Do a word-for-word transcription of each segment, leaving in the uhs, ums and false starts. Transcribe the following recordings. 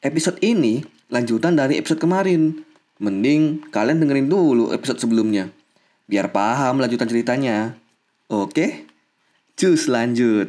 Episode ini lanjutan dari episode kemarin. Mending kalian dengerin dulu episode sebelumnya, biar paham lanjutan ceritanya. Oke? Cus lanjut.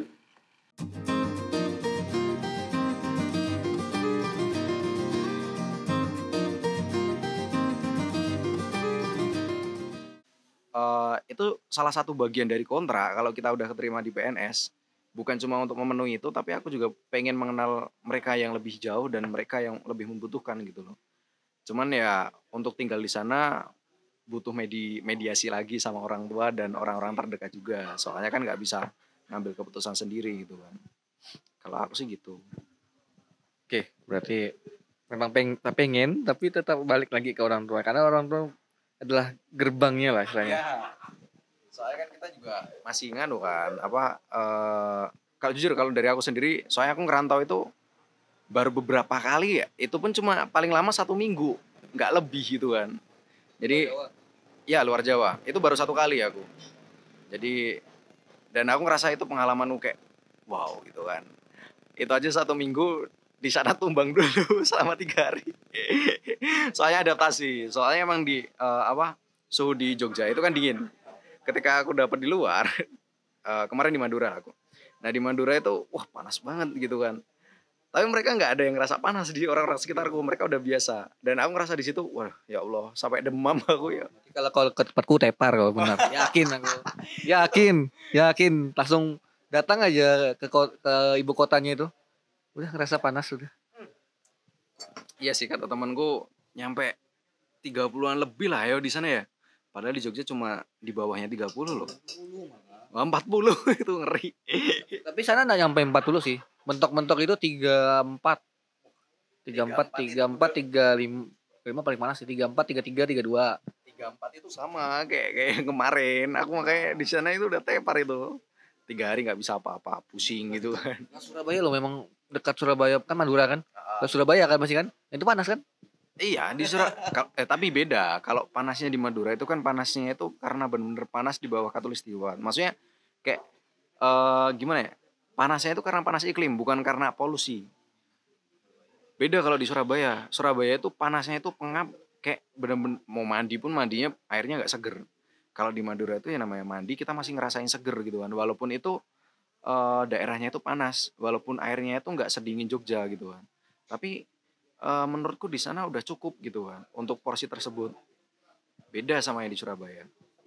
Uh, itu salah satu bagian dari kontrak kalau kita udah keterima di P N S. Bukan cuma untuk memenuhi itu, tapi aku juga pengen mengenal mereka yang lebih jauh dan mereka yang lebih membutuhkan gitu loh. Cuman ya untuk tinggal di sana butuh medi mediasi lagi sama orang tua dan orang-orang terdekat juga. Soalnya kan nggak bisa ngambil keputusan sendiri gitu kan. Kalau aku sih gitu. Oke, berarti memang peng pengen tapi tetap balik lagi ke orang tua karena orang tua adalah gerbangnya lah istilahnya. Ya. Soalnya kan kita juga masih nganu kan apa uh, kalau jujur kalau dari aku sendiri, soalnya aku ngerantau itu baru beberapa kali ya, itu pun cuma paling lama satu minggu, nggak lebih gitu kan. Jadi luar ya luar Jawa, itu baru satu kali aku. Jadi dan aku ngerasa itu pengalaman kayak wow gitu kan. Itu aja satu minggu di sana tumbang dulu selama tiga hari. Soalnya adaptasi, soalnya emang di uh, apa suhu di Jogja itu kan dingin. Ketika aku dapat di luar, uh, kemarin di Madura aku. Nah di Madura itu wah panas banget gitu kan. Tapi mereka nggak ada yang ngerasa panas di orang-orang sekitarku, mereka udah biasa. Dan aku ngerasa di situ, wah ya Allah sampai demam aku ya. Kalau kalau ke tempatku tepar kalau benar. Yakin aku. Yakin, yakin langsung datang aja ke ke ibu kotanya itu. Udah ngerasa panas sudah. Iya sih kata temanku nyampe tiga puluhan lebih lah ya di sana ya. Padahal di Jogja cuma di bawahnya tiga puluh loh. Wah, empat puluh itu ngeri. Tapi sana enggak nyampe empat puluh sih. Mentok-mentok itu tiga puluh empat. tiga puluh empat, tiga puluh empat, tiga puluh lima, lima paling panas sih tiga puluh empat, tiga puluh tiga, tiga puluh dua. tiga puluh empat itu sama kayak kayak kemarin. Aku makanya di sana itu udah tepar itu. Tiga hari nggak bisa apa-apa, pusing gitu kan. Nah, Surabaya loh memang dekat Surabaya kan Madura kan. Ke Surabaya kan masih kan? Itu panas kan? Iya di Surabaya. Eh tapi beda. Kalau panasnya di Madura itu kan panasnya itu karena benar-benar panas di bawah Katulistiwa. Maksudnya kayak eh, gimana ya? Panasnya itu karena panas iklim, bukan karena polusi. Beda kalau di Surabaya. Surabaya itu panasnya itu pengap, kayak bener-bener mau mandi pun mandinya airnya nggak seger. Kalau di Madura itu ya namanya mandi kita masih ngerasain seger gitu kan. Walaupun itu eh, daerahnya itu panas, walaupun airnya itu nggak sedingin Jogja gitu kan. Tapi eh, menurutku di sana udah cukup gitu kan untuk porsi tersebut. Beda sama yang di Surabaya.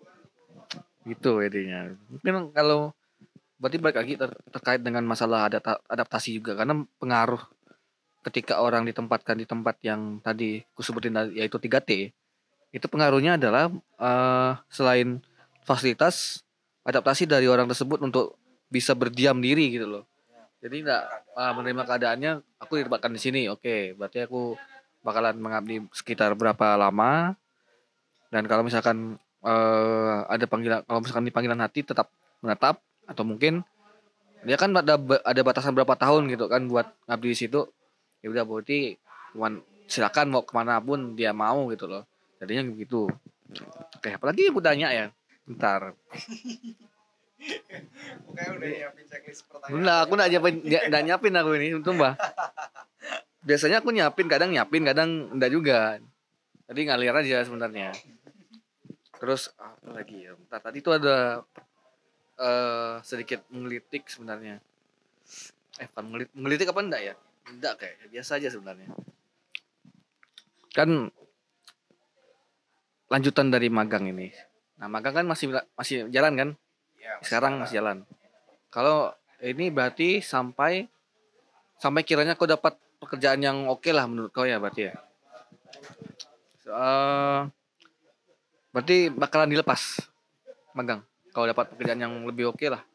Gitu intinya. Mungkin kalau berarti balik lagi ter- terkait dengan masalah adapta- adaptasi juga karena pengaruh ketika orang ditempatkan di tempat yang tadi aku sebutin tadi, yaitu tiga T. Itu pengaruhnya adalah uh, selain fasilitas, adaptasi dari orang tersebut untuk bisa berdiam diri gitu loh. Jadi enggak uh, menerima keadaannya, aku ditempatkan di sini. Oke, berarti aku bakalan mengabdi sekitar berapa lama. Dan kalau misalkan uh, ada panggilan, kalau misalkan di panggilan hati tetap menetap atau mungkin dia kan ada ada batasan berapa tahun gitu kan buat ngabdi di situ. Ya udah berarti cuman silakan mau kemana pun dia mau gitu loh. Jadinya begitu. Oke, apalagi aku tanya ya. Bentar. Pokoknya udah nyiapin checklist pertanyaan. Enggak, aku enggak nyiapin enggak nyiapin aku ini, untung Mbak. Biasanya aku nyiapin, kadang nyiapin, kadang enggak juga. Jadi ngalir aja sebenarnya. Terus apa lagi ya? Bentar, tadi itu ada uh, sedikit menggelitik sebenarnya. Eh, bukan menggelitik, menggelitik apa enggak ya? Enggak kayak biasa aja sebenarnya. Kan lanjutan dari magang ini. Nah, magang kan masih masih jalan kan? Ya, Sekarang masih jalan. Kalau ini berarti sampai sampai kiranya kau dapat pekerjaan yang oke okay lah menurut kau ya berarti ya. Uh, berarti bakalan dilepas magang. Kalau dapat pekerjaan yang lebih oke okay lah.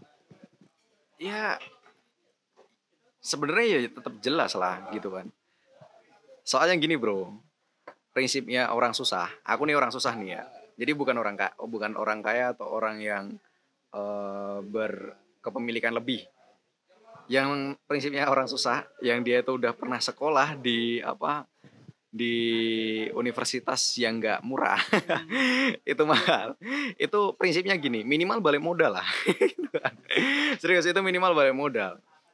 Ya sebenarnya ya tetap jelas lah gitu kan. Soalnya gini bro, prinsipnya orang susah. Aku nih orang susah nih ya. Jadi bukan orang kaya, bukan orang kaya atau orang yang uh, berkepemilikan lebih. Yang prinsipnya orang susah, yang dia itu udah pernah sekolah di apa di universitas yang nggak murah, itu mahal. Itu prinsipnya gini, minimal balik modal lah. Serius itu minimal balik modal.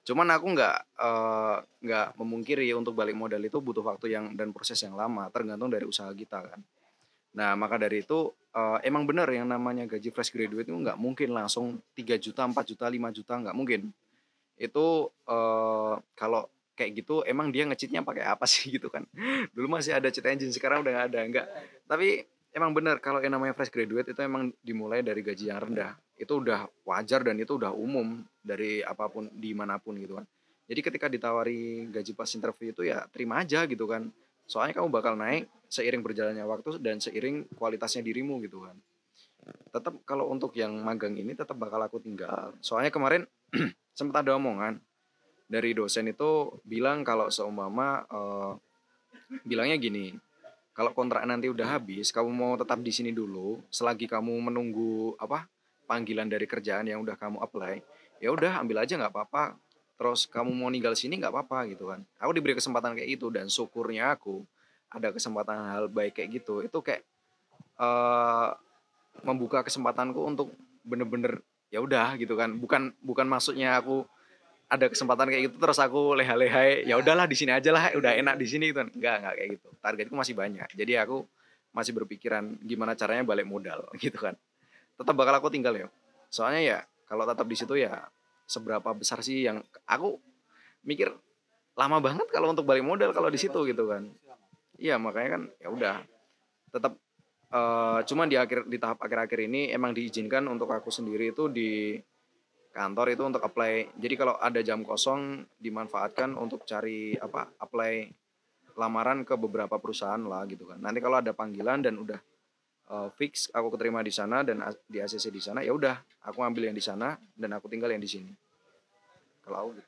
Cuman aku nggak eh, nggak memungkiri untuk balik modal itu butuh waktu yang dan proses yang lama, tergantung dari usaha kita kan. Nah, maka dari itu eh, emang benar yang namanya gaji fresh graduate itu nggak mungkin langsung tiga juta, empat juta, lima juta, nggak mungkin. Itu eh, kalau kayak gitu emang dia nge-cheatnya pakai apa sih gitu kan. Dulu masih ada cheat engine, sekarang udah nggak ada, enggak. Tapi emang benar kalau yang namanya fresh graduate itu emang dimulai dari gaji yang rendah. Itu udah wajar dan itu udah umum dari apapun dimanapun gitu kan. Jadi ketika ditawari gaji pas interview itu ya terima aja gitu kan. Soalnya kamu bakal naik seiring berjalannya waktu dan seiring kualitasnya dirimu gitu kan. Tetap kalau untuk yang magang ini tetap bakal aku tinggal. Soalnya kemarin sempat ada omongan dari dosen itu bilang kalau seumpama eh, bilangnya gini, kalau kontrak nanti udah habis, kamu mau tetap di sini dulu, selagi kamu menunggu apa panggilan dari kerjaan yang udah kamu apply, ya udah ambil aja nggak apa-apa. Terus kamu mau ninggal sini nggak apa-apa gitu kan. Aku diberi kesempatan kayak itu dan syukurnya aku ada kesempatan hal baik kayak gitu. Itu kayak eh, membuka kesempatanku untuk bener-bener ya udah gitu kan. Bukan bukan maksudnya aku ada kesempatan kayak gitu terus aku leha-lehai ya udahlah di sini aja lah udah enak di sini gitu enggak enggak kayak gitu, targetku masih banyak, jadi aku masih berpikiran gimana caranya balik modal gitu kan. Tetap bakal aku tinggal ya, soalnya ya kalau tetap di situ ya seberapa besar sih yang aku mikir lama banget kalau untuk balik modal kalau di situ gitu kan. Iya makanya kan ya udah tetap eh, cuman di akhir di tahap akhir-akhir ini emang diizinkan untuk aku sendiri itu di kantor itu untuk apply. Jadi kalau ada jam kosong dimanfaatkan untuk cari apa apply lamaran ke beberapa perusahaan lah gitu kan. Nanti kalau ada panggilan dan udah uh, fix aku keterima di sana dan di A C C di sana ya udah aku ambil yang di sana dan aku tinggal yang di sini. Kalau aku gitu.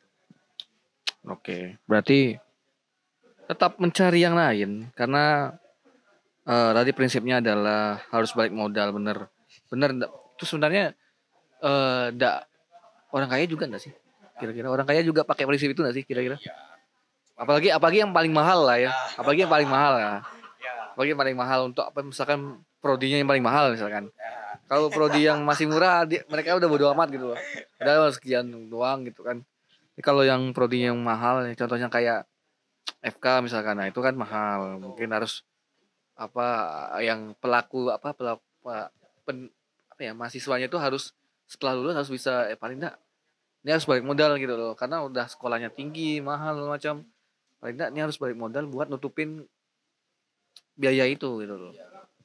Oke, berarti tetap mencari yang lain karena eh, tadi prinsipnya adalah harus balik modal, bener bener ndak- itu sebenarnya eh ndak orang kaya juga enggak sih? Kira-kira orang kaya juga pakai prinsip itu enggak sih kira-kira? Apalagi apalagi yang paling mahal lah ya. Apalagi yang paling mahal ya. Apalagi yang paling mahal untuk apa misalkan prodinya yang paling mahal misalkan. Kalau prodi yang masih murah dia, mereka udah bodo amat gitu loh. Udah sekian doang gitu kan. Tapi kalau yang prodi yang mahal contohnya kayak F K misalkan, nah itu kan mahal. Mungkin harus apa yang pelaku apa pelaku pen, apa ya mahasiswanya itu harus setelah lulus harus bisa eh, paling enggak ini harus balik modal gitu loh karena udah sekolahnya tinggi mahal macam paling enggak ini harus balik modal buat nutupin biaya itu gitu loh.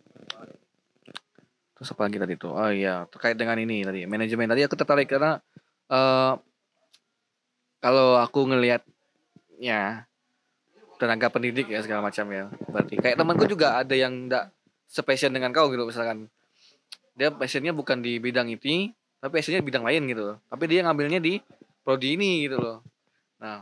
Terus apa lagi tadi tuh? Oh iya, terkait dengan ini tadi manajemen tadi aku tertarik karena eh kalau aku ngelihatnya tenaga pendidik ya segala macam ya. Berarti kayak temanku juga ada yang enggak sepassion dengan kau gitu misalkan. Dia passionnya bukan di bidang ini, tapi passionnya di bidang lain gitu loh. Tapi dia ngambilnya di prodi ini gitu loh. Nah,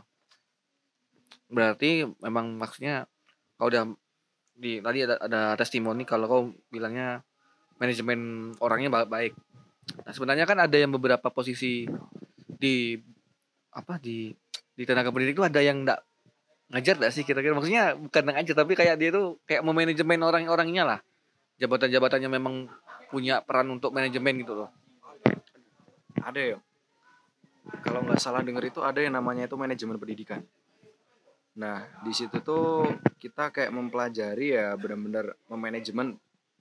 berarti memang maksudnya kau udah di tadi ada ada testimoni kalau kau bilangnya manajemen orangnya ba- baik. Nah, sebenarnya kan ada yang beberapa posisi di apa di di tenaga pendidik itu ada yang enggak ngajar enggak sih kira-kira maksudnya bukan ngajar tapi kayak dia tuh kayak memanajemen orang-orangnya lah. Jabatan-jabatannya memang punya peran untuk manajemen gitu loh. Ada ya. Kalau nggak salah dengar itu ada yang namanya itu manajemen pendidikan. Nah, di situ tuh kita kayak mempelajari ya benar-benar memanajemen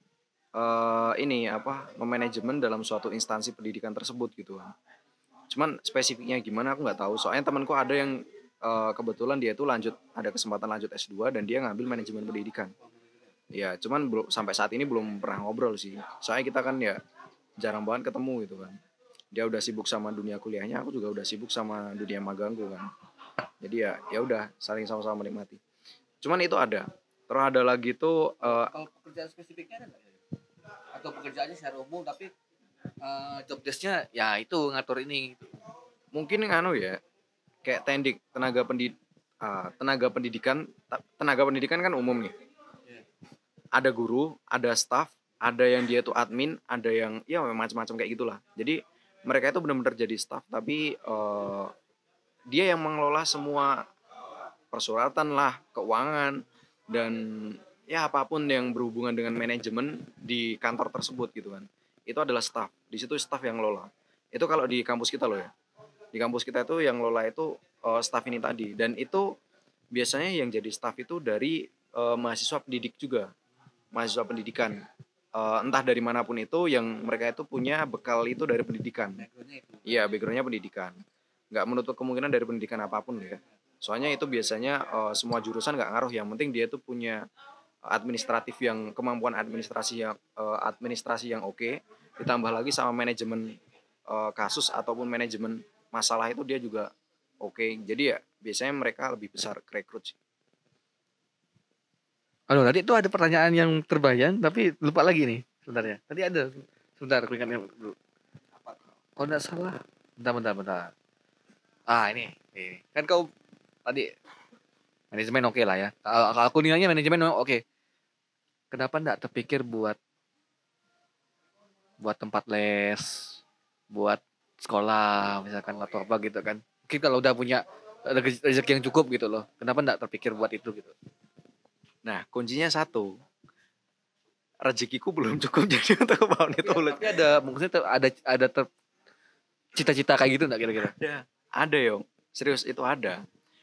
eh ini apa memanajemen dalam suatu instansi pendidikan tersebut gitu kan. Cuman spesifiknya gimana aku nggak tahu. Soalnya temanku ada yang eh, kebetulan dia itu lanjut ada kesempatan lanjut S dua dan dia ngambil manajemen pendidikan. Ya, cuman belum sampai saat ini belum pernah ngobrol sih. Soalnya kita kan ya jarang banget ketemu gitu kan. Dia udah sibuk sama dunia kuliahnya, aku juga udah sibuk sama dunia magangku kan. Jadi ya ya udah saling sama-sama menikmati. Cuman itu ada. Terus ada lagi tuh eh, Kalau pekerjaan spesifiknya ada nggak? Atau pekerjaannya secara umum tapi eh, job desk-nya ya itu ngatur ini. mungkin anu ya kayak tendik tenaga pendid ah, tenaga pendidikan ta- tenaga pendidikan kan umum nih. Ada guru, ada staff, ada yang dia tuh admin, ada yang ya macam-macam kayak gitulah. Jadi mereka itu benar-benar jadi staff tapi eh, dia yang mengelola semua persuratan lah, keuangan dan ya apapun yang berhubungan dengan manajemen di kantor tersebut gitu kan. Itu adalah staff. Di situ staff yang ngelola. Itu kalau di kampus kita loh ya. Di kampus kita itu yang ngelola itu uh, staff ini tadi. Dan itu biasanya yang jadi staff itu dari uh, mahasiswa pendidik juga, mahasiswa pendidikan. Uh, entah dari manapun itu, yang mereka itu punya bekal itu dari pendidikan. Iya, backgroundnya pendidikan. Nggak menutup kemungkinan dari pendidikan apapun ya. Soalnya itu biasanya uh, semua jurusan nggak ngaruh. Yang penting dia itu punya administratif yang kemampuan administrasi yang uh, administrasi yang oke, ditambah lagi sama manajemen uh, kasus ataupun manajemen masalah itu dia juga oke. Jadi ya biasanya mereka lebih besar rekrut sih. Aduh, tadi itu ada pertanyaan yang terbayang tapi lupa lagi nih sebenarnya. Tadi ada, sebentar aku ingat dulu. Oh enggak salah. Bentar, bentar, bentar. Ah ini, ini. Kan kau tadi manajemen oke lah ya. Kalau kalau aku nilainya manajemen oke. Kenapa enggak terpikir buat buat tempat les, buat sekolah misalkan atau apa gitu kan? Mungkin kalau udah punya rez- rezeki yang cukup gitu loh. Kenapa enggak terpikir buat itu gitu? Nah, kuncinya satu, rezekiku belum cukup jadi untuk bangun itu. Tapi ada mungkin ter- ada ada ter- cita-cita kayak gitu enggak kira-kira? Ada, ada yo, serius itu ada.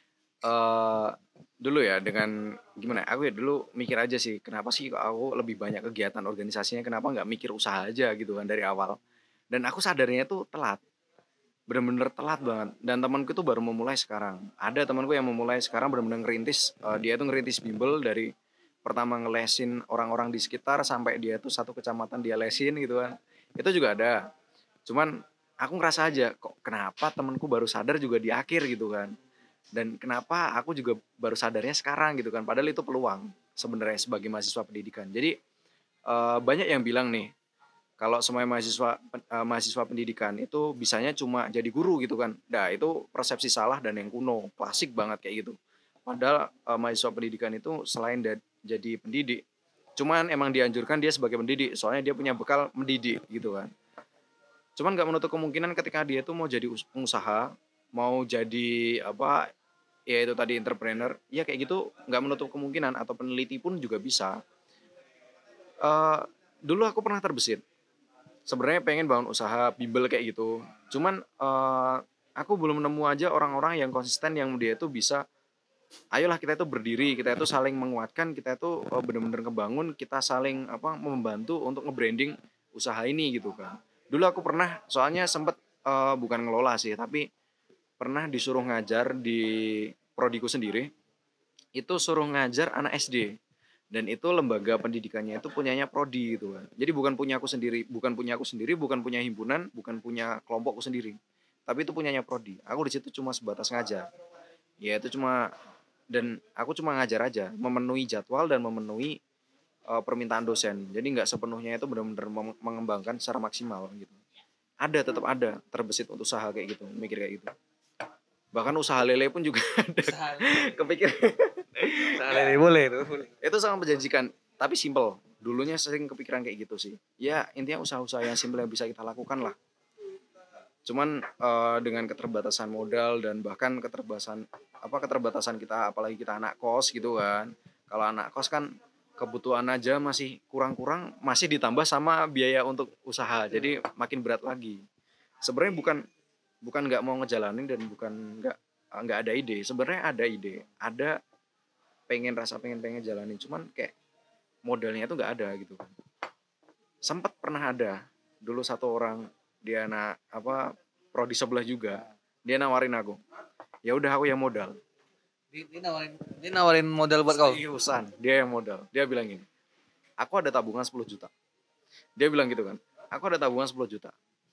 eh dulu ya dengan gimana? Aku ya dulu mikir aja sih, kenapa sih kok aku lebih banyak kegiatan organisasinya, kenapa nggak mikir usaha aja gitu kan dari awal. Dan aku sadarnya itu telat, bener-bener telat banget. Dan temanku tuh baru memulai sekarang. Ada temanku yang memulai sekarang bener-bener ngerintis. eh, dia tuh ngerintis bimbel dari pertama ngelesin orang-orang di sekitar sampai dia tuh satu kecamatan dia lesin gitu kan. Itu juga ada. Cuman aku ngerasa aja kok kenapa temanku baru sadar juga di akhir gitu kan. Dan kenapa aku juga baru sadarnya sekarang gitu kan. Padahal itu peluang sebenarnya sebagai mahasiswa pendidikan. Jadi eh, banyak yang bilang nih, kalau semua mahasiswa eh, mahasiswa pendidikan itu bisanya cuma jadi guru gitu kan. Nah, itu persepsi salah dan yang kuno, klasik banget kayak gitu. Padahal eh, mahasiswa pendidikan itu selain da- jadi pendidik, cuman emang dianjurkan dia sebagai pendidik, soalnya dia punya bekal mendidik gitu kan. Cuman nggak menutup kemungkinan ketika dia tuh mau jadi us- pengusaha, mau jadi apa, ya itu tadi entrepreneur, ya kayak gitu nggak menutup kemungkinan, atau peneliti pun juga bisa. Eh, dulu aku pernah terbesit sebenarnya pengen bangun usaha bimbel kayak gitu. Cuman eh, aku belum nemu aja orang-orang yang konsisten yang dia itu bisa, ayolah kita itu berdiri, kita itu saling menguatkan, kita itu eh, bener-bener ngebangun, kita saling apa membantu untuk nge-branding usaha ini gitu kan. Dulu aku pernah soalnya sempet eh, bukan ngelola sih, tapi pernah disuruh ngajar di prodiku sendiri, itu suruh ngajar anak S D. Dan itu lembaga pendidikannya itu punyanya prodi gitu kan. Jadi bukan punya aku sendiri, bukan punya aku sendiri, bukan punya himpunan, bukan punya kelompokku sendiri. Tapi itu punyanya prodi. Aku di situ cuma sebatas ngajar. Ya itu cuma, dan aku cuma ngajar aja, memenuhi jadwal dan memenuhi eh, permintaan dosen. Jadi nggak sepenuhnya itu benar-benar mem- mengembangkan secara maksimal gitu. Ada, tetap ada terbesit untuk usaha kayak gitu, mikir kayak gitu. Bahkan usaha lele pun juga ada kepikir. Saleh boleh tuh. Boleh. Itu sangat menjanjikan, tapi simple. Dulunya sering kepikiran kayak gitu sih. Ya intinya usaha-usaha yang simple yang bisa kita lakukan lah. Cuman eh, dengan keterbatasan modal dan bahkan keterbatasan apa keterbatasan kita, apalagi kita anak kos gitu kan. Kalau anak kos kan kebutuhan aja masih kurang-kurang, masih ditambah sama biaya untuk usaha. Jadi makin berat lagi. Sebenarnya bukan bukan nggak mau ngejalanin dan bukan nggak nggak ada ide. Sebenarnya ada ide, ada pengen rasa pengen pengen jalanin. Cuman kayak modalnya itu nggak ada gitu kan. Sempat pernah ada dulu satu orang, dia anak apa prodi sebelah juga, dia nawarin aku, ya udah aku yang modal. Dia, dia nawarin dia nawarin modal buat kau. Seriusan dia yang modal. Dia bilang gini, aku ada tabungan sepuluh juta, dia bilang gitu kan, aku ada tabungan sepuluh juta,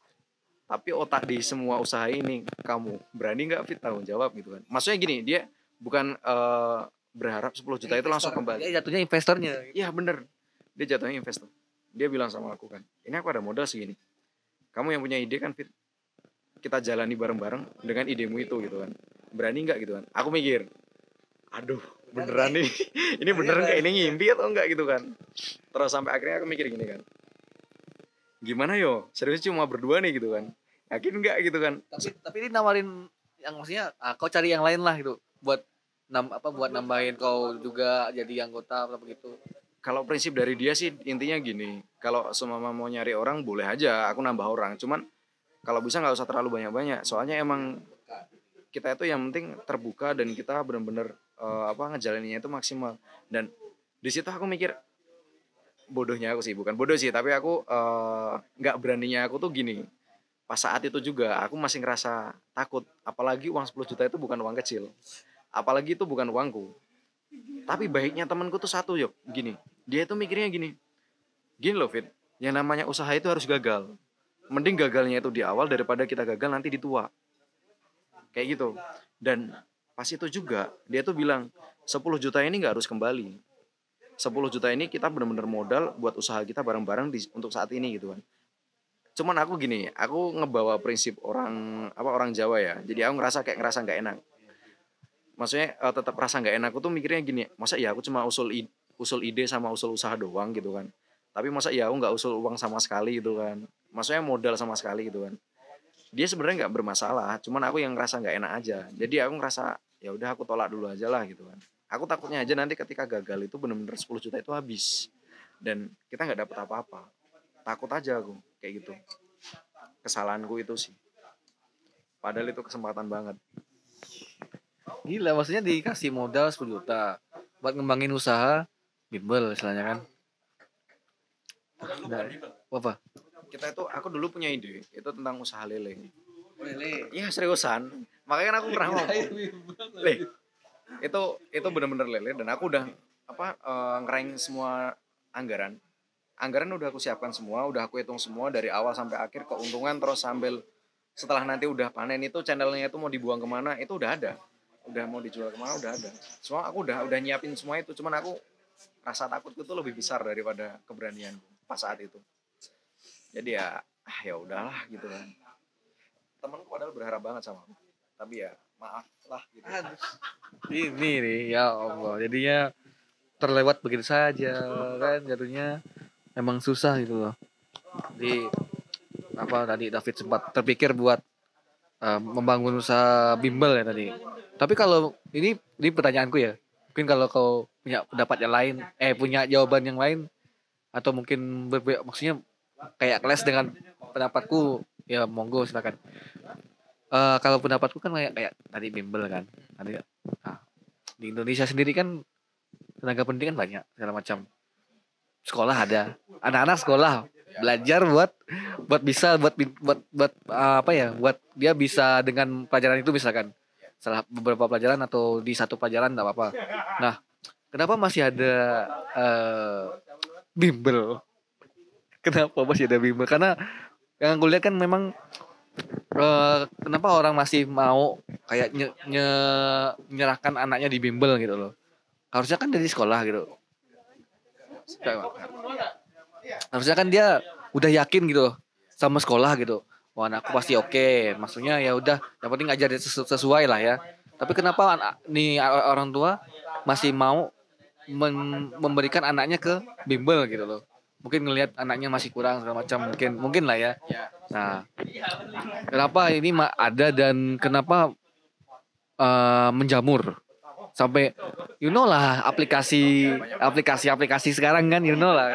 tapi otak di semua usaha ini kamu berani nggak fit tanggung jawab gitu kan. Maksudnya gini, dia bukan eh, berharap sepuluh juta itu langsung kembali. Dia jatuhnya investornya. Iya bener, dia jatuhnya investor. Dia bilang sama aku kan, ini aku ada modal segini, kamu yang punya ide kan Fit, kita jalani bareng-bareng dengan idemu itu gitu kan, berani nggak gitu kan. Aku mikir, aduh beneran nih, ini beneran kayak ini ngimpi atau enggak gitu kan. Terus sampai akhirnya aku mikir gini kan, gimana yo, serius cuma berdua nih gitu kan, yakin nggak gitu kan. Tapi tapi dia nawarin yang maksudnya ah, kau cari yang lain lah gitu buat nam apa buat nambahin kau juga jadi anggota apa begitu. Kalau prinsip dari dia sih intinya gini, kalau semua mau nyari orang boleh aja aku nambah orang, cuman kalau bisa nggak usah terlalu banyak-banyak, soalnya emang kita itu yang penting terbuka dan kita benar-benar eh, apa ngejalaninnya itu maksimal. Dan di situ aku mikir, bodohnya aku sih, bukan bodoh sih, tapi aku eh, nggak beraninya aku tuh gini. Pas saat itu juga aku masih ngerasa takut, apalagi uang sepuluh juta itu bukan uang kecil, apalagi itu bukan uangku. Tapi baiknya temanku tuh satu, yuk gini, dia itu mikirnya gini gini loh Fit, yang namanya usaha itu harus gagal, mending gagalnya itu di awal daripada kita gagal nanti di tua, kayak gitu. Dan pas itu juga dia tuh bilang sepuluh juta ini nggak harus kembali, sepuluh juta ini kita benar-benar modal buat usaha kita bareng-bareng di, untuk saat ini gitu kan. Cuman aku gini, aku ngebawa prinsip orang apa orang Jawa ya, jadi aku ngerasa kayak ngerasa nggak enak. Maksudnya eh, tetap rasa nggak enak. Aku tuh mikirnya gini, masa ya aku cuma usul ide, usul ide sama usul usaha doang gitu kan. Tapi masa ya aku nggak usul uang sama sekali gitu kan. Maksudnya modal sama sekali gitu kan. Dia sebenarnya nggak bermasalah, cuman aku yang ngerasa nggak enak aja. Jadi aku ngerasa ya udah aku tolak dulu aja lah gitu kan. Aku takutnya aja nanti ketika gagal itu bener-bener sepuluh juta itu habis dan kita nggak dapet apa-apa. Takut aja aku kayak gitu. Kesalahanku itu sih. Padahal itu kesempatan banget. Gila, maksudnya dikasih modal sepuluh juta buat ngembangin usaha bimbel istilahnya kan. Nah, apa? Kita itu aku dulu punya ide itu tentang usaha lele. Lele. Iya seriusan. Makanya kan aku pernah ngomong. Le, itu itu bener-bener lele dan aku udah apa eh, ngeraing semua anggaran. Anggaran udah aku siapkan semua, udah aku hitung semua dari awal sampai akhir keuntungan terus sambil setelah nanti udah panen itu channelnya itu mau dibuang kemana itu udah ada, udah mau dijual kemana udah ada. Semua aku udah udah nyiapin semua itu, cuman aku rasa takutku tuh lebih besar daripada keberanianku pas saat itu. Jadi ya ah ya udahlah gitu kan. Temanku padahal berharap banget sama aku, tapi ya maaf lah gitu. Ini nih ya Allah, jadinya terlewat begitu saja kan, jatuhnya emang susah gitu loh. Di apa tadi David sempat terpikir buat uh, membangun usaha bimbel ya tadi. Tapi kalau ini ini pertanyaanku ya, mungkin kalau kau punya pendapat yang lain, eh punya jawaban yang lain atau mungkin berbe maksudnya kayak kelas dengan pendapatku ya monggo silakan. Eh kalau pendapatku kan kayak kayak tadi bimbel kan, tadi nah, di Indonesia sendiri kan tenaga pendidikan banyak segala macam. Sekolah ada, anak-anak sekolah belajar buat buat bisa buat buat buat uh, apa ya buat dia bisa dengan pelajaran itu misalkan salah beberapa pelajaran atau di satu pelajaran nggak apa-apa. Nah, kenapa masih ada uh, bimbel? Kenapa masih ada bimbel? Karena yang aku lihat kan memang uh, kenapa orang masih mau kayak nye, nye, menyerahkan anaknya di bimbel gitu loh. Harusnya kan dari sekolah gitu. Harusnya kan dia udah yakin gitu sama sekolah gitu. Wah, anakku pasti oke. Okay. Maksudnya ya udah, yang penting ngajarin sesu- sesuai lah ya. Tapi kenapa anak, nih orang tua masih mau men- memberikan anaknya ke bimbel gitu loh? Mungkin ngelihat anaknya masih kurang segala macam, mungkin mungkin lah ya. Nah, kenapa ini ada dan kenapa uh, menjamur sampai you know lah aplikasi aplikasi aplikasi sekarang kan you know lah.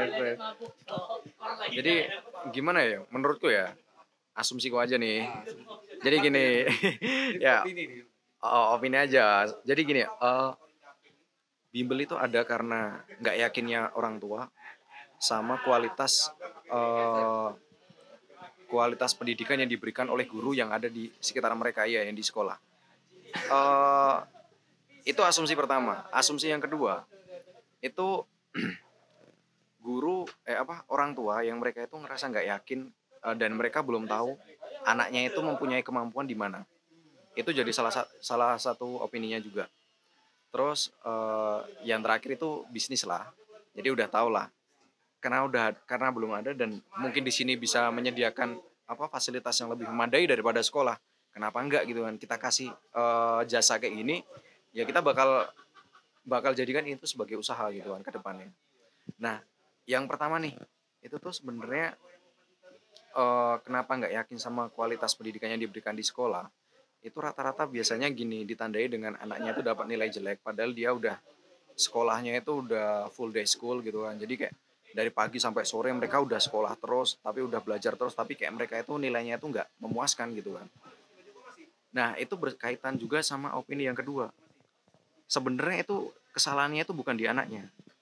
Jadi gimana ya menurutku ya, asumsiku aja nih. Jadi gini ya oh, opini aja. Jadi gini uh, bimbel itu ada karena nggak yakinnya orang tua sama kualitas uh, kualitas pendidikan yang diberikan oleh guru yang ada di sekitar mereka ya yang di sekolah. Uh, itu asumsi pertama. Asumsi yang kedua itu guru eh apa orang tua yang mereka itu ngerasa nggak yakin uh, dan mereka belum tahu anaknya itu mempunyai kemampuan di mana. Itu jadi salah salah satu opininya juga. Terus uh, yang terakhir itu bisnis lah. Jadi udah tau lah. Karena udah karena belum ada dan mungkin di sini bisa menyediakan apa fasilitas yang lebih memadai daripada sekolah. Kenapa enggak gitu kan? Kita kasih uh, jasa kayak gini, ya kita bakal bakal jadikan itu sebagai usaha gitu kan ke depannya. Nah, yang pertama nih, itu tuh sebenarnya uh, kenapa nggak yakin sama kualitas pendidikan yang diberikan di sekolah? Itu rata-rata biasanya gini ditandai dengan anaknya itu dapat nilai jelek, padahal dia udah sekolahnya itu udah full day school gitu kan. Jadi kayak dari pagi sampai sore mereka udah sekolah terus, tapi udah belajar terus, tapi kayak mereka itu nilainya itu nggak memuaskan gitu kan. Nah, itu berkaitan juga sama opini yang kedua. Sebenarnya itu kesalahannya itu bukan di anaknya.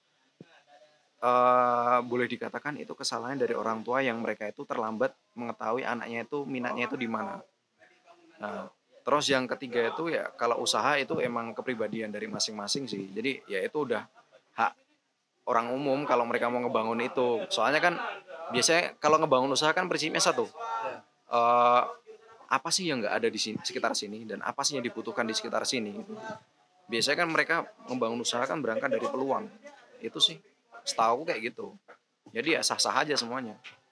Eh, boleh dikatakan itu kesalahan dari orang tua yang mereka itu terlambat mengetahui anaknya itu minatnya itu di mana. Nah, terus yang ketiga itu ya kalau usaha itu emang kepribadian dari masing-masing sih. Jadi ya itu udah hak orang umum kalau mereka mau ngebangun itu. Soalnya kan biasanya kalau ngebangun usaha kan prinsipnya satu. Eh, apa sih yang nggak ada di sini, sekitar sini dan apa sih yang dibutuhkan di sekitar sini. Biasanya kan mereka membangun usaha kan berangkat dari peluang. Itu sih. Setahu aku kayak gitu. Jadi ya sah-sah aja semuanya.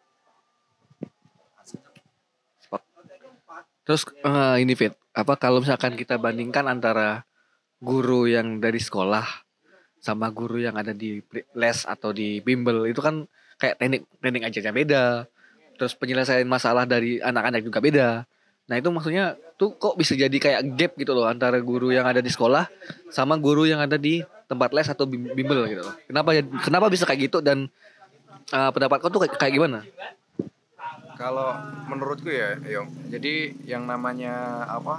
Terus eh, ini Fit, apa kalau misalkan kita bandingkan antara guru yang dari sekolah sama guru yang ada di pri- les atau di bimbel itu kan kayak teknik teknik ajarnya beda. Terus penyelesaian masalah dari anak-anak juga beda. Nah itu maksudnya tuh kok bisa jadi kayak gap gitu loh antara guru yang ada di sekolah sama guru yang ada di tempat les atau bim- bimbel gitu loh. Kenapa ya- kenapa bisa kayak gitu dan eh, pendapat kau tuh kayak, kayak gimana? Kalau menurutku ya, Yong. Jadi yang namanya apa?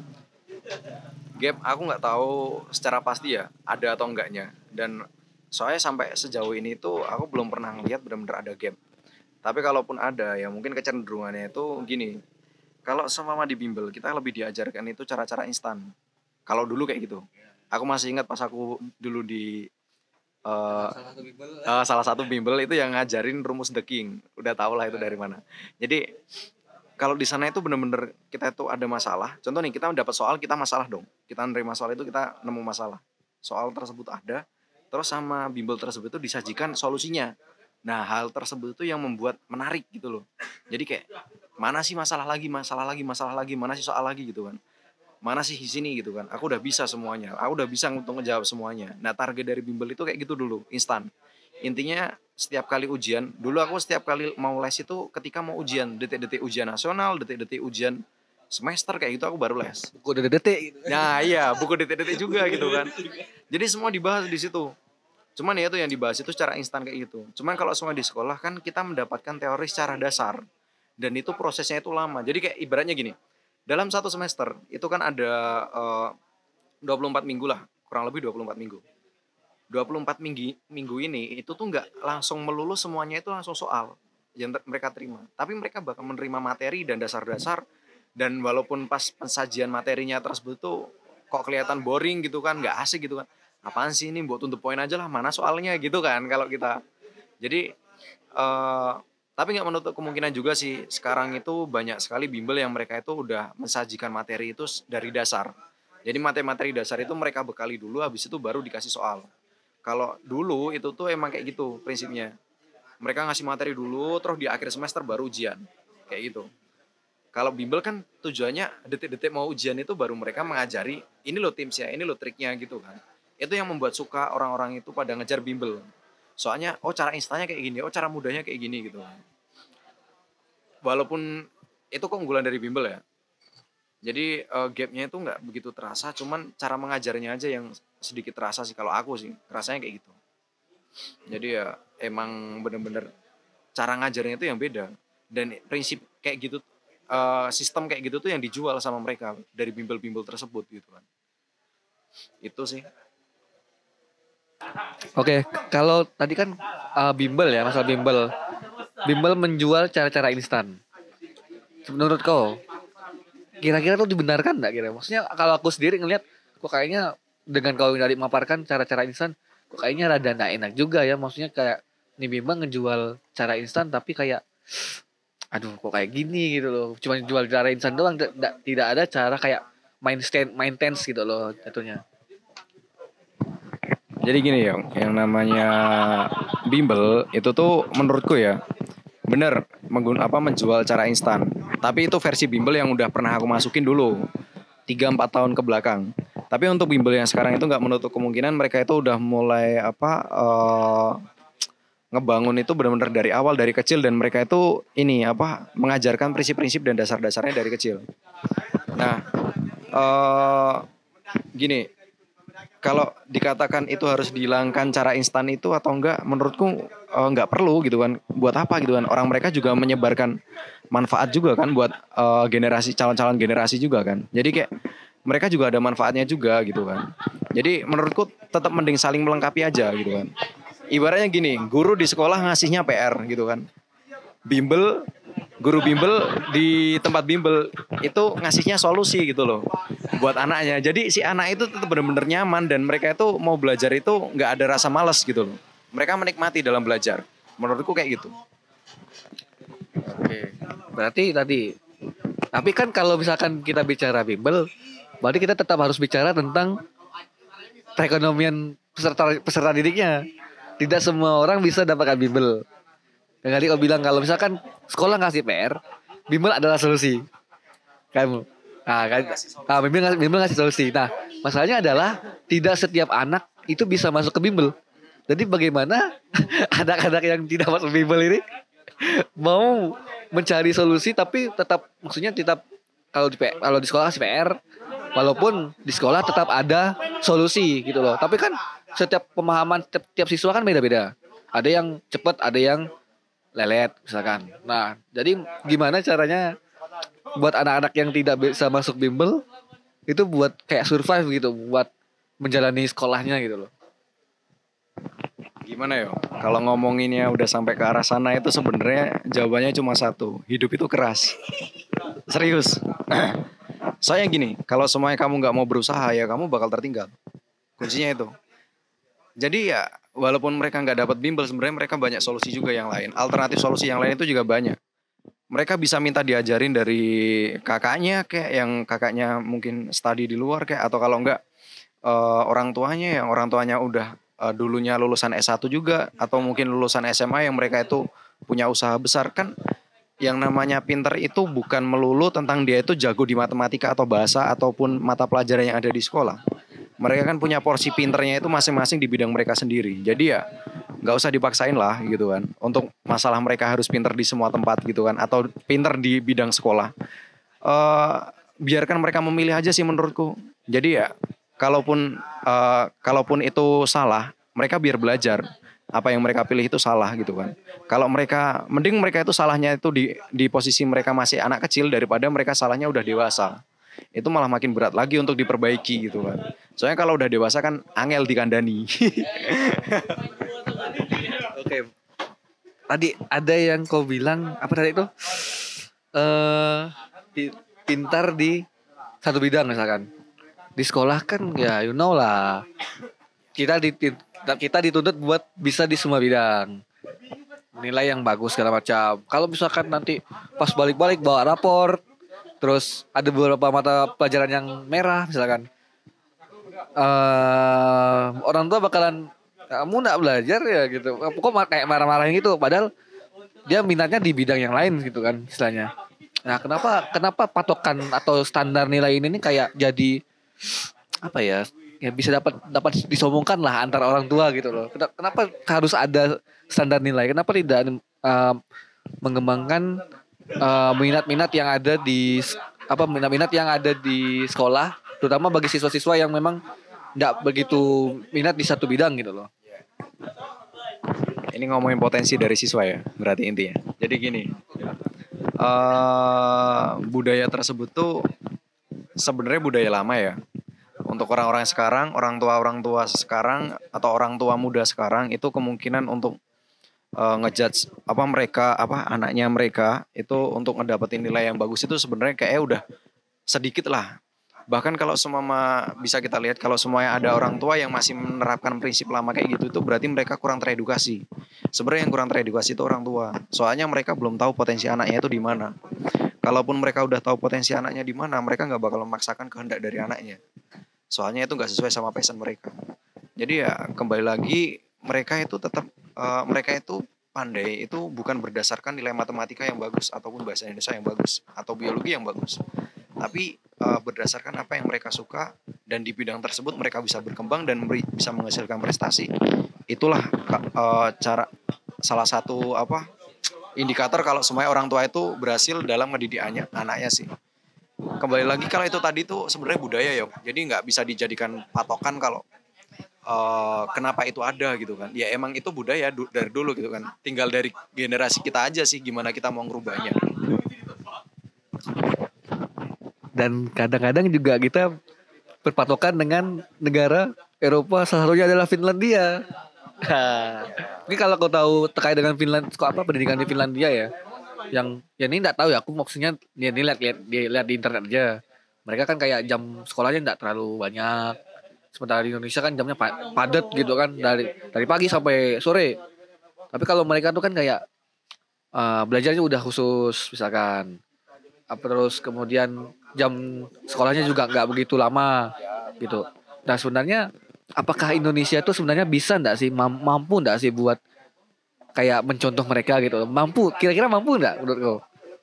Gap aku nggak tahu secara pasti ya ada atau enggaknya. Dan soalnya sampai sejauh ini tuh aku belum pernah ngeliat benar-benar ada gap. Tapi kalaupun ada ya mungkin kecenderungannya itu gini. Kalau seumpama di bimbel kita lebih diajarkan itu cara-cara instan. Kalau dulu kayak gitu. Aku masih ingat pas aku dulu di eh, eh, salah satu bimbel itu yang ngajarin rumus the king. Udah tau lah itu dari mana. Jadi kalau di sana itu bener-bener kita itu ada masalah. Contoh nih kita dapat soal kita masalah dong. Kita nerima soal itu kita nemu masalah. Soal tersebut ada. Terus sama bimbel tersebut itu disajikan solusinya. Nah hal tersebut itu yang membuat menarik gitu loh. Jadi kayak mana sih masalah lagi, masalah lagi, masalah lagi, mana sih soal lagi gitu kan. Mana sih di sini gitu kan. Aku udah bisa semuanya. Aku udah bisa untuk ngejawab semuanya. Nah target dari bimbel itu kayak gitu dulu, instan. Intinya setiap kali ujian, dulu aku setiap kali mau les itu ketika mau ujian, detik-detik ujian nasional, detik-detik ujian semester kayak gitu aku baru les. Buku udah detik gitu. Nah iya, buku detik-detik juga gitu kan. Jadi semua dibahas di situ. Cuman ya itu yang dibahas itu secara instan kayak gitu. Cuman kalau semua di sekolah kan kita mendapatkan teori secara dasar. Dan itu prosesnya itu lama. Jadi kayak ibaratnya gini, dalam satu semester itu kan ada eh, dua puluh empat minggu lah, kurang lebih dua puluh empat minggu. dua puluh empat minggu, minggu ini itu tuh nggak langsung melulu semuanya itu langsung soal yang ter- mereka terima. Tapi mereka bakal menerima materi dan dasar-dasar dan walaupun pas pensajian materinya tersebut tuh kok kelihatan boring gitu kan, nggak asik gitu kan. Apaan sih ini buat untuk poin aja lah, mana soalnya gitu kan kalau kita. Jadi eh tapi nggak menutup kemungkinan juga sih sekarang itu banyak sekali bimbel yang mereka itu udah mensajikan materi itu s- dari dasar. Jadi materi-materi dasar itu mereka bekali dulu, habis itu baru dikasih soal. Kalau dulu itu tuh emang kayak gitu prinsipnya. Mereka ngasih materi dulu, terus di akhir semester baru ujian. Kayak gitu. Kalau bimbel kan tujuannya detik-detik mau ujian itu baru mereka mengajari, ini loh tipsnya, ini loh triknya gitu kan. Itu yang membuat suka orang-orang itu pada ngejar bimbel. Soalnya, oh cara instannya kayak gini, oh cara mudahnya kayak gini gitu. Walaupun itu keunggulan dari bimbel ya. Jadi eh, gapnya itu nggak begitu terasa, cuman cara mengajarnya aja yang sedikit terasa sih kalau aku sih, rasanya kayak gitu. Jadi ya emang bener-bener cara ngajarnya itu yang beda. Dan prinsip kayak gitu, eh, sistem kayak gitu tuh yang dijual sama mereka dari bimbel-bimbel tersebut gitu kan. Itu sih. Oke, kalau tadi kan eh, bimbel ya, masalah bimbel. Bimbel menjual cara-cara instan. Menurut kau, kira-kira tuh dibenarkan nggak kira? Maksudnya kalau aku sendiri ngelihat, kok kayaknya dengan kau tadi memaparkan cara-cara instan, kok kayaknya rada nggak enak juga ya. Maksudnya kayak nih bimbel ngejual cara instan tapi kayak, aduh kok kayak gini gitu loh. Cuma jual cara instan doang, tidak tidak ada cara kayak main stand, main tense gitu loh jatuhnya. Jadi gini ya, yang namanya bimbel itu tuh menurutku ya bener menggun apa menjual cara instan. Tapi itu versi bimbel yang udah pernah aku masukin dulu tiga empat tahun ke belakang. Tapi untuk bimbel yang sekarang itu nggak menutup kemungkinan mereka itu udah mulai apa eh, ngebangun itu benar-benar dari awal dari kecil dan mereka itu ini apa mengajarkan prinsip-prinsip dan dasar-dasarnya dari kecil. Nah, eh gini, kalau dikatakan itu harus dihilangkan cara instan itu atau enggak, menurutku eh, nggak perlu gitu kan. Buat apa gitu kan? Orang mereka juga menyebarkan manfaat juga kan buat eh, generasi calon-calon generasi juga kan. Jadi kayak mereka juga ada manfaatnya juga gitu kan. Jadi menurutku tetap mending saling melengkapi aja gitu kan. Ibaratnya gini, guru di sekolah ngasihnya P R gitu kan. Bimbel, guru bimbel di tempat bimbel itu ngasihnya solusi gitu loh buat anaknya. Jadi si anak itu tetap benar-benar nyaman dan mereka itu mau belajar itu nggak ada rasa malas gitu loh. Mereka menikmati dalam belajar. Menurutku kayak gitu. Oke. Berarti tadi, tapi kan kalau misalkan kita bicara bimbel, berarti kita tetap harus bicara tentang perekonomian peserta peserta didiknya. Tidak semua orang bisa dapatkan bimbel. Yang tadi kau bilang kalau misalkan sekolah ngasih P R, bimbel adalah solusi. Kamu. Nah, kan, nah bimbel, ngasih, bimbel ngasih solusi. Nah, masalahnya adalah tidak setiap anak itu bisa masuk ke bimbel. Jadi bagaimana anak-anak yang tidak masuk bimbel ini mau mencari solusi tapi tetap maksudnya tetap kalau di kalau di sekolah kasih P R, walaupun di sekolah tetap ada solusi gitu loh. Tapi kan setiap pemahaman setiap, setiap siswa kan beda-beda. Ada yang cepat, ada yang lelet misalkan. Nah, jadi gimana caranya buat anak-anak yang tidak bisa masuk bimbel itu buat kayak survive gitu, buat menjalani sekolahnya gitu loh. Gimana yo? Kalau ngomonginnya udah sampai ke arah sana itu sebenarnya jawabannya cuma satu. Hidup itu keras. Serius. Soalnya gini, kalau semuanya kamu nggak mau berusaha ya kamu bakal tertinggal. Kuncinya itu. Jadi ya walaupun mereka nggak dapat bimbel sebenarnya mereka banyak solusi juga yang lain. Alternatif solusi yang lain itu juga banyak. Mereka bisa minta diajarin dari kakaknya kayak yang kakaknya mungkin study di luar kayak atau kalau enggak uh, orang tuanya yang orang tuanya udah uh, dulunya lulusan S satu juga atau mungkin lulusan S M A yang mereka itu punya usaha besar kan. Yang namanya pinter itu bukan melulu tentang dia itu jago di matematika atau bahasa ataupun mata pelajaran yang ada di sekolah. Mereka kan punya porsi pinternya itu masing-masing di bidang mereka sendiri. Jadi ya nggak usah dipaksain lah gitu kan. Untuk masalah mereka harus pinter di semua tempat gitu kan. Atau pinter di bidang sekolah. Uh, biarkan mereka memilih aja sih menurutku. Jadi ya kalaupun uh, kalaupun itu salah, mereka biar belajar. Apa yang mereka pilih itu salah gitu kan. Kalau mereka, mending mereka itu salahnya itu di di posisi mereka masih anak kecil daripada mereka salahnya udah dewasa. Itu malah makin berat lagi untuk diperbaiki gitu kan. Soalnya kalau udah dewasa kan angel dikandani. Oke. Tadi ada yang kau bilang apa tadi itu? Eh uh, pintar di satu bidang misalkan. Di sekolah kan ya you know lah. Kita di kita dituntut buat bisa di semua bidang. Nilai yang bagus segala macam. Kalau misalkan nanti pas balik-balik bawa rapor, terus ada beberapa mata pelajaran yang merah misalkan. Uh, orang tua bakalan kamu nak belajar ya gitu. Kok kayak marah-marahin gitu padahal dia minatnya di bidang yang lain gitu kan istilahnya. Nah, kenapa kenapa patokan atau standar nilai ini nih kayak jadi apa ya? Ya bisa dapat dapat disombongkan lah antara orang tua gitu loh. Kenapa harus ada standar nilai? Kenapa tidak uh, mengembangkan uh, minat-minat yang ada di apa minat-minat yang ada di sekolah, terutama bagi siswa-siswa yang memang tidak begitu minat di satu bidang gitu loh. Ini ngomongin potensi dari siswa ya, berarti intinya. Jadi gini, uh, budaya tersebut tuh sebenarnya budaya lama ya. Untuk orang-orang sekarang, orang tua-orang tua sekarang atau orang tua muda sekarang itu kemungkinan untuk uh, ngejudge apa mereka apa anaknya mereka itu untuk ngedapetin nilai yang bagus itu sebenarnya kayak udah sedikit lah. Bahkan kalau semua bisa kita lihat kalau semuanya ada orang tua yang masih menerapkan prinsip lama kayak gitu itu berarti mereka kurang teredukasi. Sebenarnya yang kurang teredukasi itu orang tua. Soalnya mereka belum tahu potensi anaknya itu di mana. Kalaupun mereka udah tahu potensi anaknya di mana, mereka nggak bakal memaksakan kehendak dari anaknya. Soalnya itu nggak sesuai sama passion mereka. Jadi ya kembali lagi mereka itu tetap uh, mereka itu pandai itu bukan berdasarkan nilai matematika yang bagus ataupun bahasa Indonesia yang bagus atau biologi yang bagus, tapi uh, berdasarkan apa yang mereka suka dan di bidang tersebut mereka bisa berkembang dan beri, bisa menghasilkan prestasi. Itulah uh, cara salah satu apa indikator kalau semuanya orang tua itu berhasil dalam mendidik anaknya sih. Kembali lagi kalau itu tadi tuh sebenarnya budaya ya, jadi nggak bisa dijadikan patokan kalau uh, kenapa itu ada gitu kan. Ya emang itu budaya du- dari dulu gitu kan. Tinggal dari generasi kita aja sih gimana kita mau ngerubahnya. Dan kadang-kadang juga kita berpatokan dengan negara Eropa, salah satunya adalah Finlandia. Mungkin kalau kau tahu terkait dengan Finland, kok apa pendidikan di Finlandia ya, yang ya ini nggak tahu ya, aku maksudnya ya ini lihat lihat di, lihat di internet aja. Mereka kan kayak jam sekolahnya nggak terlalu banyak. Sementara di Indonesia kan jamnya pa- padat gitu kan, dari dari pagi sampai sore. Tapi kalau mereka tuh kan kayak eh, belajarnya udah khusus misalkan. Apa terus kemudian jam sekolahnya juga nggak begitu lama gitu. Nah sebenarnya apakah Indonesia tuh sebenarnya bisa nggak sih mam- mampu nggak sih buat kayak mencontoh mereka gitu? Mampu, kira-kira mampu nggak menurut kau?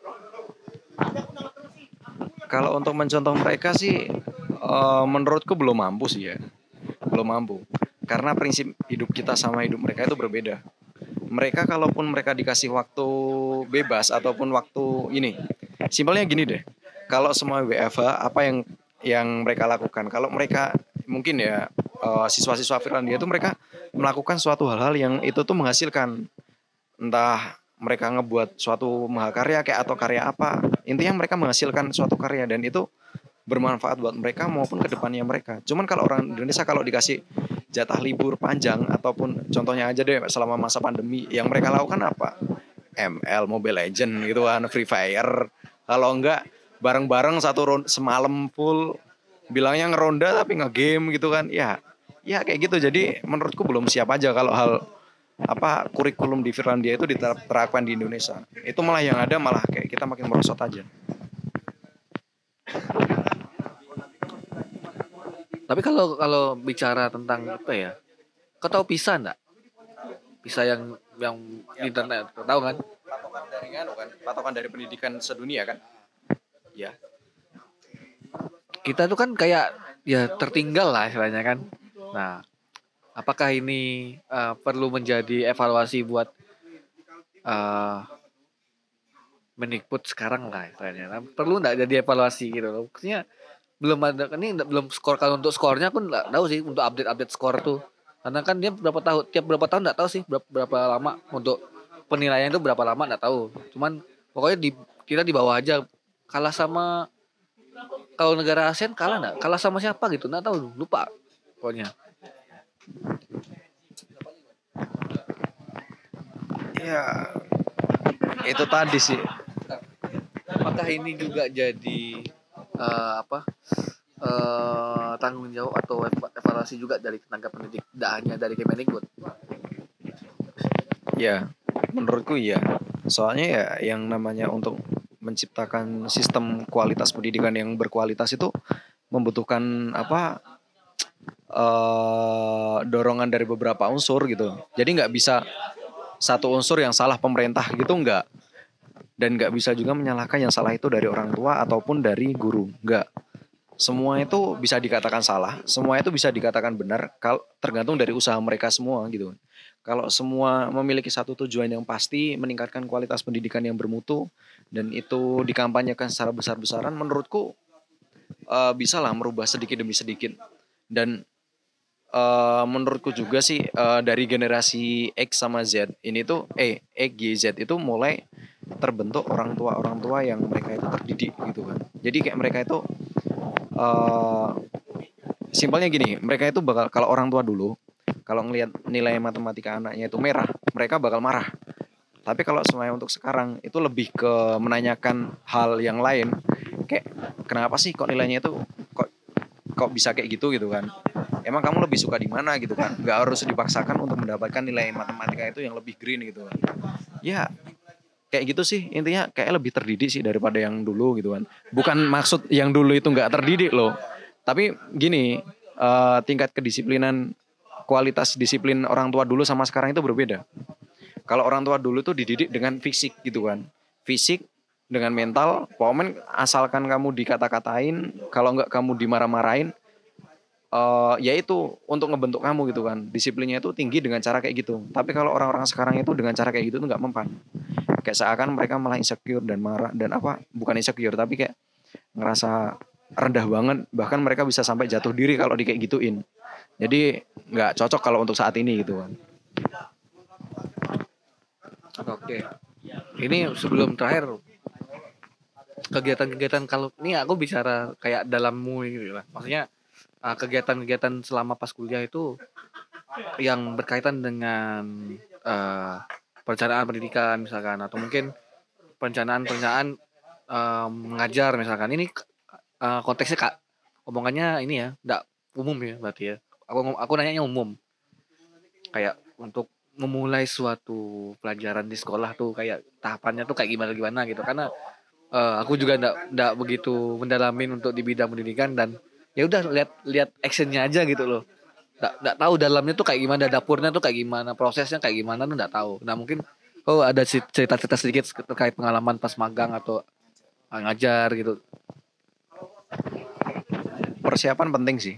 Kalau untuk mencontoh mereka sih eh, menurutku belum mampu sih ya. Belum mampu. Karena prinsip hidup kita sama hidup mereka itu berbeda. Mereka kalaupun mereka dikasih waktu bebas ataupun waktu ini, simpelnya gini deh. Kalau semua W F H apa yang yang mereka lakukan? Kalau mereka mungkin ya eh, siswa-siswa Finlandia itu mereka melakukan suatu hal-hal yang itu tuh menghasilkan, entah mereka ngebuat suatu mahakarya kayak atau karya apa, intinya mereka menghasilkan suatu karya dan itu bermanfaat buat mereka maupun ke depannya mereka. Cuman kalau orang Indonesia kalau dikasih jatah libur panjang ataupun contohnya aja deh selama masa pandemi yang mereka lakukan apa? M L, Mobile Legend gitu kan, Free Fire. Kalau enggak bareng-bareng satu ron- semalam full bilangnya ngeronda tapi nge-game gitu kan. Ya, ya kayak gitu. Jadi menurutku belum siap aja kalau hal apa kurikulum di Finlandia itu diterapkan di Indonesia. Itu malah yang ada malah kayak kita makin merosot aja. Tapi kalau kalau bicara tentang apa ya? Kau tahu PISA enggak? PISA yang yang di internet, kau tahu kan? Patokan dari kan, patokan dari pendidikan sedunia kan? Ya. Kita tuh kan kayak ya tertinggal lah istilahnya kan. Nah, apakah ini eh, perlu menjadi evaluasi buat eh Mendikbud sekarang lah istilahnya. Nah, perlu enggak jadi evaluasi gitu loh. Maksudnya belum ada ini nggak- belum skor, kalau untuk skornya aku nggak tahu sih untuk update update skor tuh, karena kan dia berapa tahun tiap berapa tahun nggak tahu sih berapa, berapa lama untuk penilaian itu berapa lama nggak tahu, cuman pokoknya di kita di bawah aja, kalah sama kalau negara ASEAN kalah nggak kalah sama siapa gitu nggak tahu, lupa pokoknya. Ya, itu tadi sih. Apakah ini juga jadi eh, apa eh, tanggung jawab atau eva- evaluasi juga dari tenaga pendidik, tidak hanya dari Kemendikbud? Ya, menurutku iya. Soalnya ya yang namanya untuk menciptakan sistem kualitas pendidikan yang berkualitas itu membutuhkan apa eh dorongan dari beberapa unsur gitu. Jadi nggak bisa satu unsur yang salah pemerintah gitu nggak. Dan nggak bisa juga menyalahkan yang salah itu dari orang tua ataupun dari guru. Nggak. Semua itu bisa dikatakan salah, semua itu bisa dikatakan benar, kalau tergantung dari usaha mereka semua gitu. Kalau semua memiliki satu tujuan yang pasti, meningkatkan kualitas pendidikan yang bermutu, dan itu dikampanyekan secara besar-besaran, menurutku eh, bisa lah merubah sedikit demi sedikit. Dan eh, menurutku juga sih eh, dari generasi X sama Z ini tuh, eh X, Y, Z itu mulai terbentuk orang tua orang tua yang mereka itu terdidik gitu kan. Jadi kayak mereka itu eh simpelnya gini, mereka itu bakal kalau orang tua dulu kalau ngelihat nilai matematika anaknya itu merah, mereka bakal marah. Tapi kalau semuanya untuk sekarang itu lebih ke menanyakan hal yang lain, kayak kenapa sih kok nilainya itu kok kok bisa kayak gitu gitu kan? Emang kamu lebih suka di mana gitu kan? Gak harus dipaksakan untuk mendapatkan nilai matematika itu yang lebih green gitu kan? Ya kayak gitu sih intinya, kayak lebih terdidik sih daripada yang dulu gitu kan. Bukan maksud yang dulu itu nggak terdidik loh, tapi gini eh, tingkat kedisiplinan kualitas disiplin orang tua dulu sama sekarang itu berbeda. Kalau orang tua dulu tuh dididik dengan fisik gitu kan, fisik dengan mental, pokoknya asalkan kamu dikata-katain, kalau nggak kamu dimarah-marahin, eh ya itu untuk ngebentuk kamu gitu kan. Disiplinnya itu tinggi dengan cara kayak gitu. Tapi kalau orang-orang sekarang itu dengan cara kayak gitu tuh nggak mempan. Kayak seakan mereka malah insecure dan marah dan apa, bukan insecure tapi kayak ngerasa rendah banget, bahkan mereka bisa sampai jatuh diri kalau di kayak gituin. Jadi nggak cocok kalau untuk saat ini gitu kan. Oke. Ini sebelum terakhir kegiatan-kegiatan kalau ini aku bicara kayak dalammu gitu lah. Maksudnya uh, kegiatan-kegiatan selama pas kuliah itu yang berkaitan dengan uh, perencanaan pendidikan misalkan atau mungkin perencanaan-perencanaan uh, mengajar misalkan. Ini uh, konteksnya Kak omongannya ini ya, enggak umum ya berarti ya. Aku aku nanyanya umum. Kayak untuk memulai suatu pelajaran di sekolah tuh kayak tahapannya tuh kayak gimana-gimana gitu karena uh, aku juga enggak enggak begitu mendalamin untuk di bidang pendidikan dan ya udah lihat lihat actionnya aja gitu loh. Enggak enggak tahu dalamnya tuh kayak gimana, dapurnya tuh kayak gimana, prosesnya kayak gimana tuh enggak tahu. Nah, mungkin oh ada cerita-cerita sedikit terkait pengalaman pas magang atau uh, ngajar gitu. Persiapan penting sih.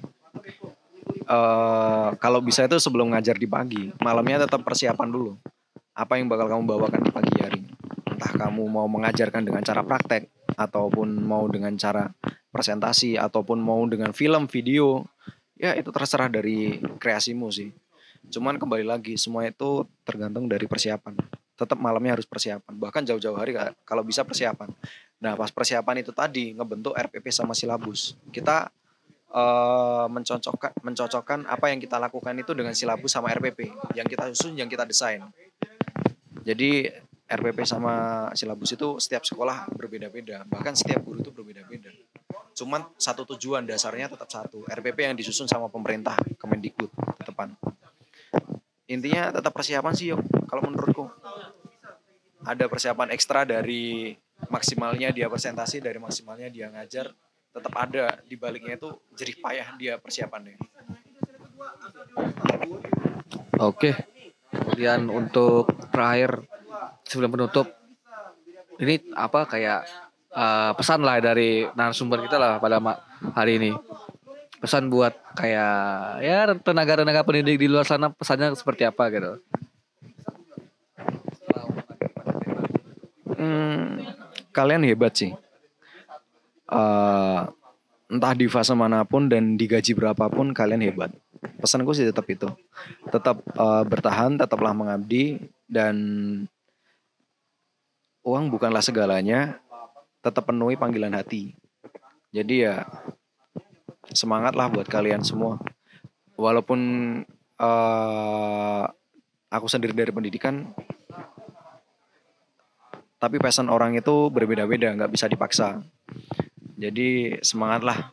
Uh, kalau bisa itu sebelum ngajar di pagi, malamnya tetap persiapan dulu. Apa yang bakal kamu bawakan di pagi hari? Entah kamu mau mengajarkan dengan cara praktek, ataupun mau dengan cara presentasi, ataupun mau dengan film, video. Ya itu terserah dari kreasimu sih. Cuman kembali lagi, semua itu tergantung dari persiapan. Tetap malamnya harus persiapan. Bahkan jauh-jauh hari kalau bisa persiapan. Nah pas persiapan itu tadi ngebentuk R P P sama silabus. Kita Uh, mencocokkan mencocokkan apa yang kita lakukan itu dengan silabus sama R P P yang kita susun, yang kita desain. Jadi R P P sama silabus itu setiap sekolah berbeda-beda, bahkan setiap guru itu berbeda-beda. Cuman satu tujuan dasarnya tetap satu, R P P yang disusun sama pemerintah Kemendikbud depan. Intinya tetap persiapan sih yuk, kalau menurutku. Ada persiapan ekstra dari maksimalnya dia presentasi, dari maksimalnya dia ngajar. Tetap ada di baliknya itu jerih payah dia persiapannya. Oke. Kemudian untuk terakhir sebelum penutup ini apa kayak uh, pesan lah dari narasumber kita lah pada hari ini. Pesan buat kayak ya tenaga-tenaga pendidik di luar sana, pesannya seperti apa gitu. Hmm, kalian hebat sih. Uh, entah di fase manapun dan digaji berapapun kalian hebat. Pesanku sih tetap itu, tetap uh, bertahan, tetaplah mengabdi, dan uang bukanlah segalanya, tetap penuhi panggilan hati. Jadi ya semangatlah buat kalian semua. Walaupun uh, aku sendiri dari pendidikan, tapi passion orang itu berbeda-beda, nggak bisa dipaksa. Jadi semangatlah.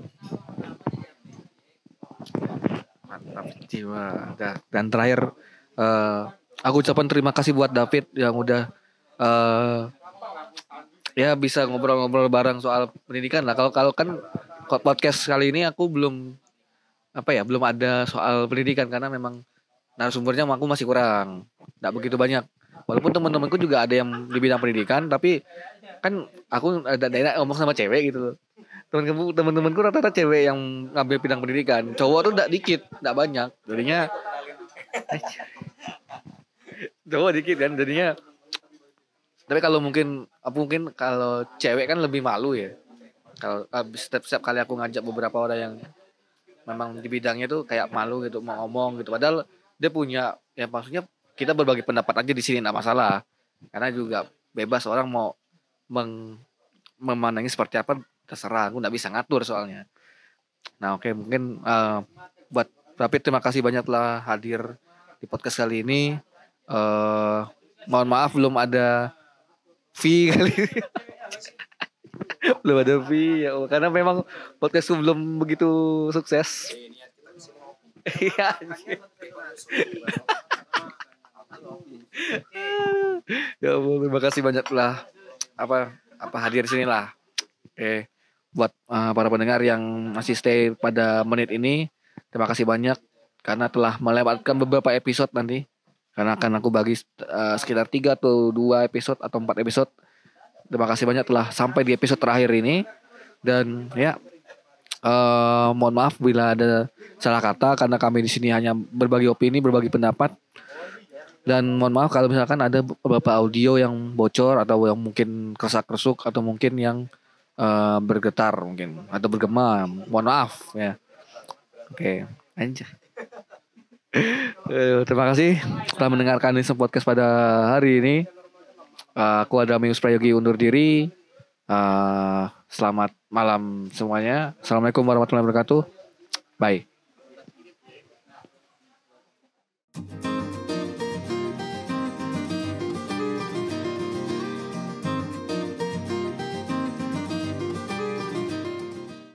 Mantap jiwa. Dan terakhir uh, aku ucapkan terima kasih buat David yang udah uh, ya bisa ngobrol-ngobrol bareng soal pendidikan lah. Kalau kalau kan podcast kali ini aku belum apa ya belum ada soal pendidikan karena memang narasumbernya aku masih kurang, nggak begitu banyak. Walaupun teman-temanku juga ada yang di bidang pendidikan, tapi kan aku ada daerah ngomong sama cewek gitu loh. Temen temen-temenku rata-rata cewek yang ngambil bidang pendidikan, cowok tuh enggak dikit, enggak banyak. Jadinya cowok dikit kan, jadinya. Tapi kalau mungkin, apa mungkin kalau cewek kan lebih malu ya. Kalau setiap, setiap kali aku ngajak beberapa orang yang memang di bidangnya tuh kayak malu gitu mau ngomong gitu. Padahal dia punya, ya maksudnya kita berbagi pendapat aja di sini enggak masalah. Karena juga bebas orang mau meng, memandangi seperti apa. Terserah, aku nggak bisa ngatur soalnya. Nah oke okay, mungkin uh, buat David terima kasih banyak telah hadir di podcast kali ini. Uh, mohon maaf belum ada fee kali ini. Belum ada fee ya, karena memang podcastku belum begitu sukses. Iya. Ya Allah, terima kasih banyak telah apa apa hadir di sini lah. Oke. Okay. Buat uh, para pendengar yang masih stay pada menit ini, terima kasih banyak karena telah melewatkan beberapa episode nanti. Karena akan aku bagi uh, sekitar tiga atau dua episode atau empat episode. Terima kasih banyak telah sampai di episode terakhir ini. Dan ya, uh, mohon maaf bila ada salah kata karena kami di sini hanya berbagi opini, berbagi pendapat. Dan mohon maaf kalau misalkan ada beberapa audio yang bocor atau yang mungkin kesak-kesuk atau mungkin yang Uh, bergetar mungkin atau bergema, mohon maaf ya. Oke, okay. Anjir. Eh, terima kasih telah mendengarkan Iseng Podcast pada hari ini. Eh, aku ada Mius Prayogi undur diri. Eh, selamat malam semuanya. Assalamualaikum warahmatullahi wabarakatuh. Bye.